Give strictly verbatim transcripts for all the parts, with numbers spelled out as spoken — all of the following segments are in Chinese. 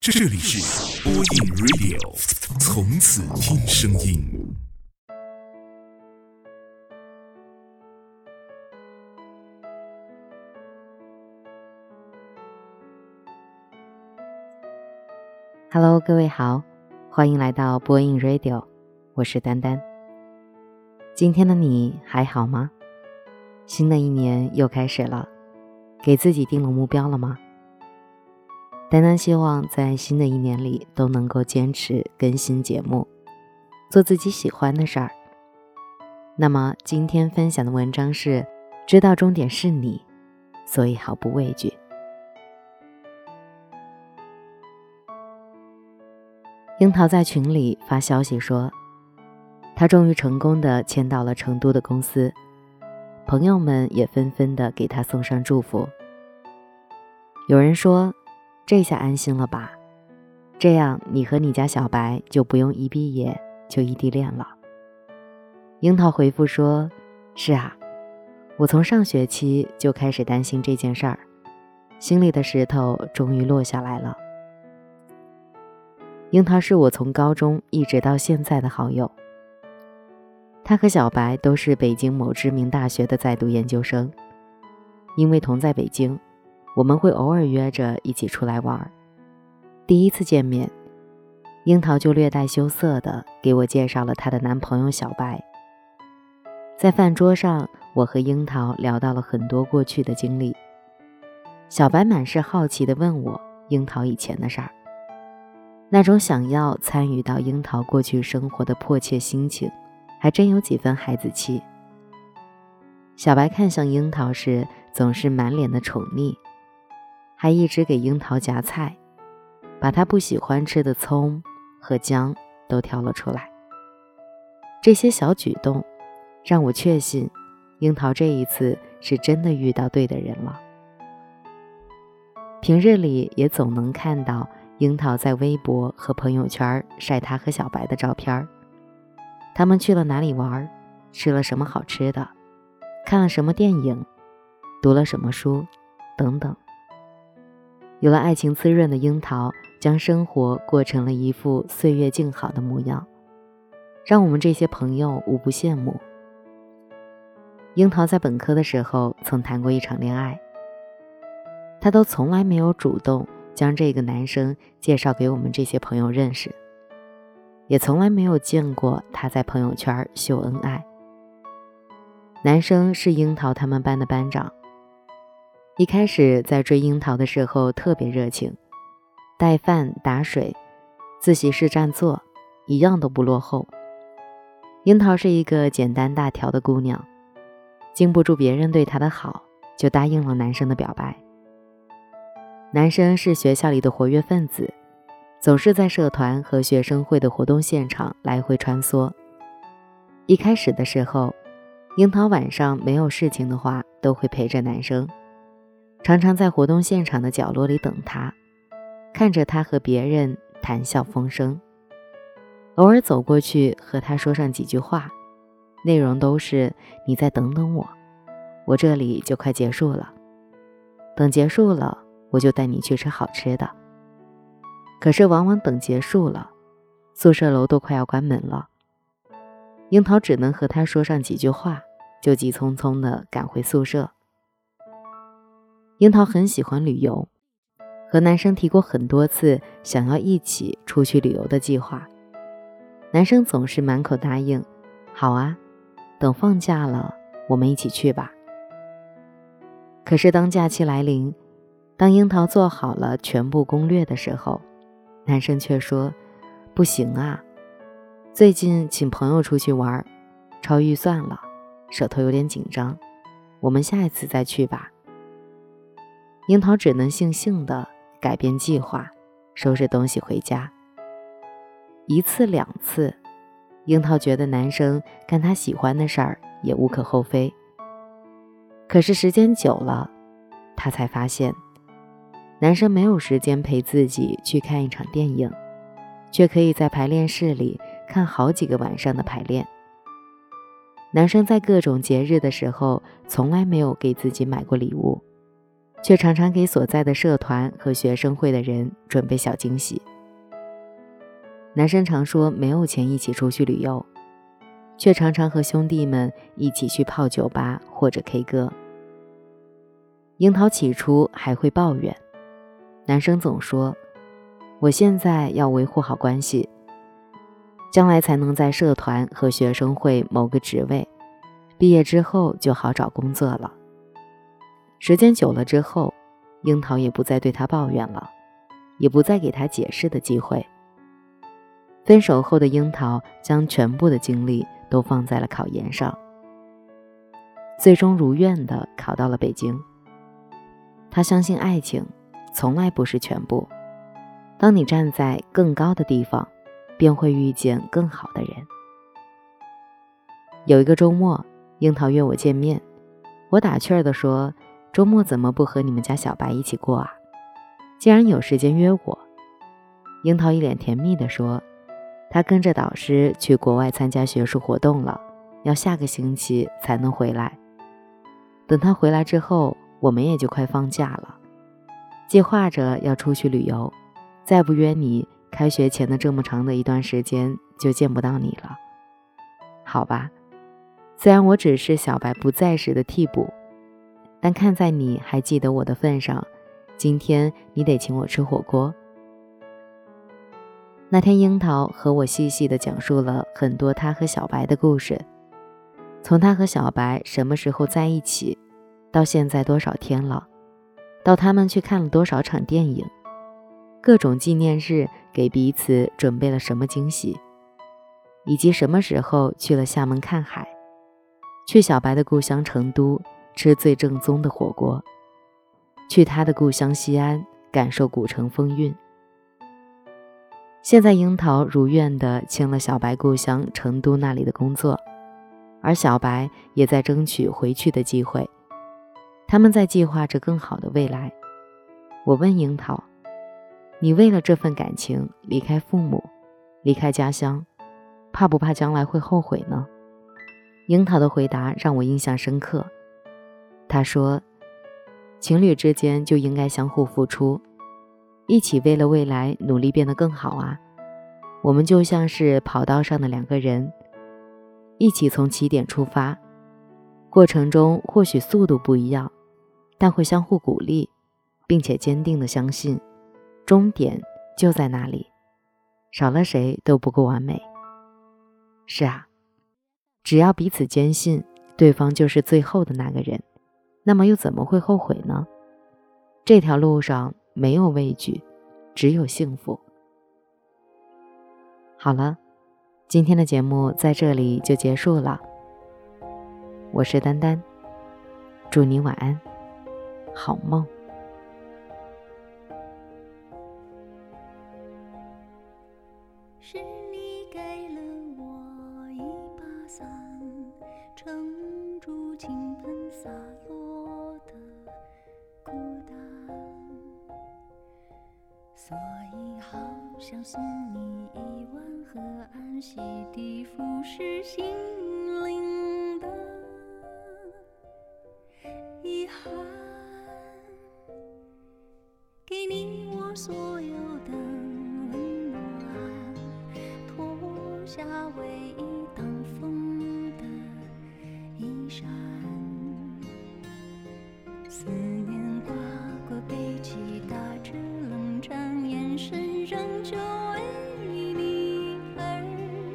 这里是播音 Radio， 从此听声音。 Hello， 各位好，欢迎来到播音 Radio， 我是丹丹。今天的你还好吗？新的一年又开始了，给自己定了目标了吗？丹丹希望在新的一年里都能够坚持更新节目，做自己喜欢的事儿。那么今天分享的文章是：知道终点是你，所以毫不畏惧。樱桃在群里发消息说，他终于成功地签到了成都的公司，朋友们也纷纷地给他送上祝福。有人说，这下安心了吧，这样你和你家小白就不用一毕业就异地恋了。樱桃回复说，是啊，我从上学期就开始担心这件事儿，心里的石头终于落下来了。樱桃是我从高中一直到现在的好友，他和小白都是北京某知名大学的在读研究生，因为同在北京，我们会偶尔约着一起出来玩。第一次见面，樱桃就略带羞涩地给我介绍了她的男朋友小白。在饭桌上，我和樱桃聊到了很多过去的经历，小白满是好奇地问我樱桃以前的事儿，那种想要参与到樱桃过去生活的迫切心情还真有几分孩子气。小白看向樱桃时总是满脸的宠溺，还一直给樱桃夹菜，把她不喜欢吃的葱和姜都挑了出来。这些小举动让我确信樱桃这一次是真的遇到对的人了。平日里也总能看到樱桃在微博和朋友圈晒她和小白的照片，他们去了哪里玩，吃了什么好吃的，看了什么电影，读了什么书等等。有了爱情滋润的樱桃将生活过成了一副岁月静好的模样，让我们这些朋友无不羡慕。樱桃在本科的时候曾谈过一场恋爱，她都从来没有主动将这个男生介绍给我们这些朋友认识，也从来没有见过他在朋友圈秀恩爱。男生是樱桃他们班的班长，一开始在追樱桃的时候特别热情，带饭打水，自习室占座，一样都不落后。樱桃是一个简单大条的姑娘，经不住别人对她的好，就答应了男生的表白。男生是学校里的活跃分子，总是在社团和学生会的活动现场来回穿梭。一开始的时候，樱桃晚上没有事情的话都会陪着男生，常常在活动现场的角落里等他，看着他和别人谈笑风生，偶尔走过去和他说上几句话，内容都是你再等等我，我这里就快结束了，等结束了我就带你去吃好吃的。可是往往等结束了，宿舍楼都快要关门了，樱桃只能和他说上几句话，就急匆匆地赶回宿舍。樱桃很喜欢旅游，和男生提过很多次想要一起出去旅游的计划，男生总是满口答应，好啊，等放假了我们一起去吧。可是当假期来临，当樱桃做好了全部攻略的时候，男生却说，不行啊，最近请朋友出去玩，超预算了，手头有点紧张，我们下一次再去吧。樱桃只能悻悻地改变计划，收拾东西回家。一次两次，樱桃觉得男生干他喜欢的事儿也无可厚非。可是时间久了，他才发现男生没有时间陪自己去看一场电影，却可以在排练室里看好几个晚上的排练。男生在各种节日的时候从来没有给自己买过礼物， 却常常给所在的社团和学生会的人准备小惊喜。男生常说没有钱一起出去旅游，却常常和兄弟们一起去泡酒吧或者 K 歌。樱桃起初还会抱怨，男生总说，我现在要维护好关系，将来才能在社团和学生会某个职位，毕业之后就好找工作了。时间久了之后，樱桃也不再对他抱怨了，也不再给他解释的机会。分手后的樱桃将全部的精力都放在了考研上，最终如愿地考到了北京。他相信爱情从来不是全部，当你站在更高的地方，便会遇见更好的人。有一个周末，樱桃约我见面，我打趣儿地说，周末怎么不和你们家小白一起过啊？既然有时间约我。樱桃一脸甜蜜地说，他跟着导师去国外参加学术活动了，要下个星期才能回来。等他回来之后，我们也就快放假了，计划着要出去旅游，再不约你，开学前的这么长的一段时间就见不到你了。好吧，虽然我只是小白不在时的替补，但看在你还记得我的份上，今天你得请我吃火锅。那天樱桃和我细细地讲述了很多他和小白的故事，从他和小白什么时候在一起，到现在多少天了，到他们去看了多少场电影，各种纪念日给彼此准备了什么惊喜，以及什么时候去了厦门看海，去小白的故乡成都吃最正宗的火锅，去他的故乡西安感受古城风韵。现在樱桃如愿地签了小白故乡成都那里的工作，而小白也在争取回去的机会，他们在计划着更好的未来。我问樱桃，你为了这份感情离开父母，离开家乡，怕不怕将来会后悔呢？樱桃的回答让我印象深刻。他说，情侣之间就应该相互付出，一起为了未来努力变得更好啊。我们就像是跑道上的两个人，一起从起点出发，过程中或许速度不一样，但会相互鼓励，并且坚定地相信终点就在那里，少了谁都不够完美。是啊，只要彼此坚信对方就是最后的那个人，那么又怎么会后悔呢？这条路上没有畏惧，只有幸福。好了，今天的节目在这里就结束了。我是丹丹，祝你晚安，好梦。 是你给了我一把伞，撑住倾盆洒落的孤单，所以好想送你一碗河岸洗涤腐蚀心灵的遗憾，给你我所有的温暖，脱下唯一挡风的衣衫，思念刮过背脊，打着冷战，眼神仍旧为你而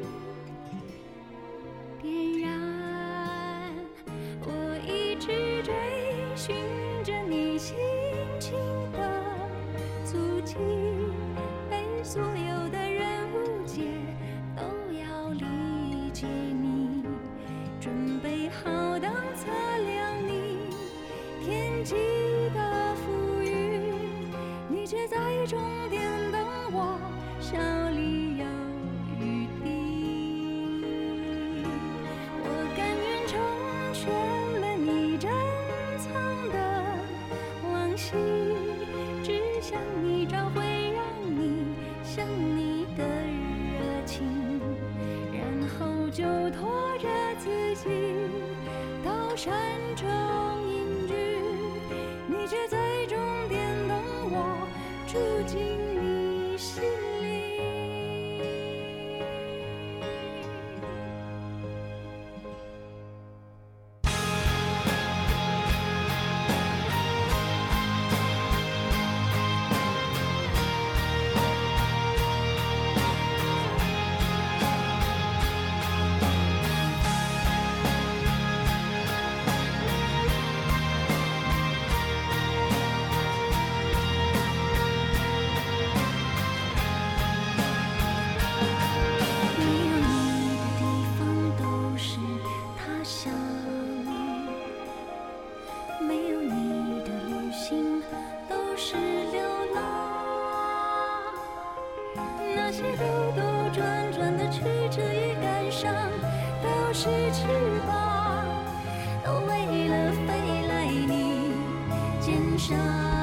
点燃。我一直追寻着你轻轻的足迹，被所有的人误解，都要理解你，准备好当测量你天际的浮云，你却在终点等我，笑里有余地。我甘愿成全了你珍藏的往昔，只想你找回让你想你的热情，然后就拖着自己到山中隐居，你却在住进你心里。那些兜兜转转的曲折与感伤，都是翅膀，都为了飞来你肩上。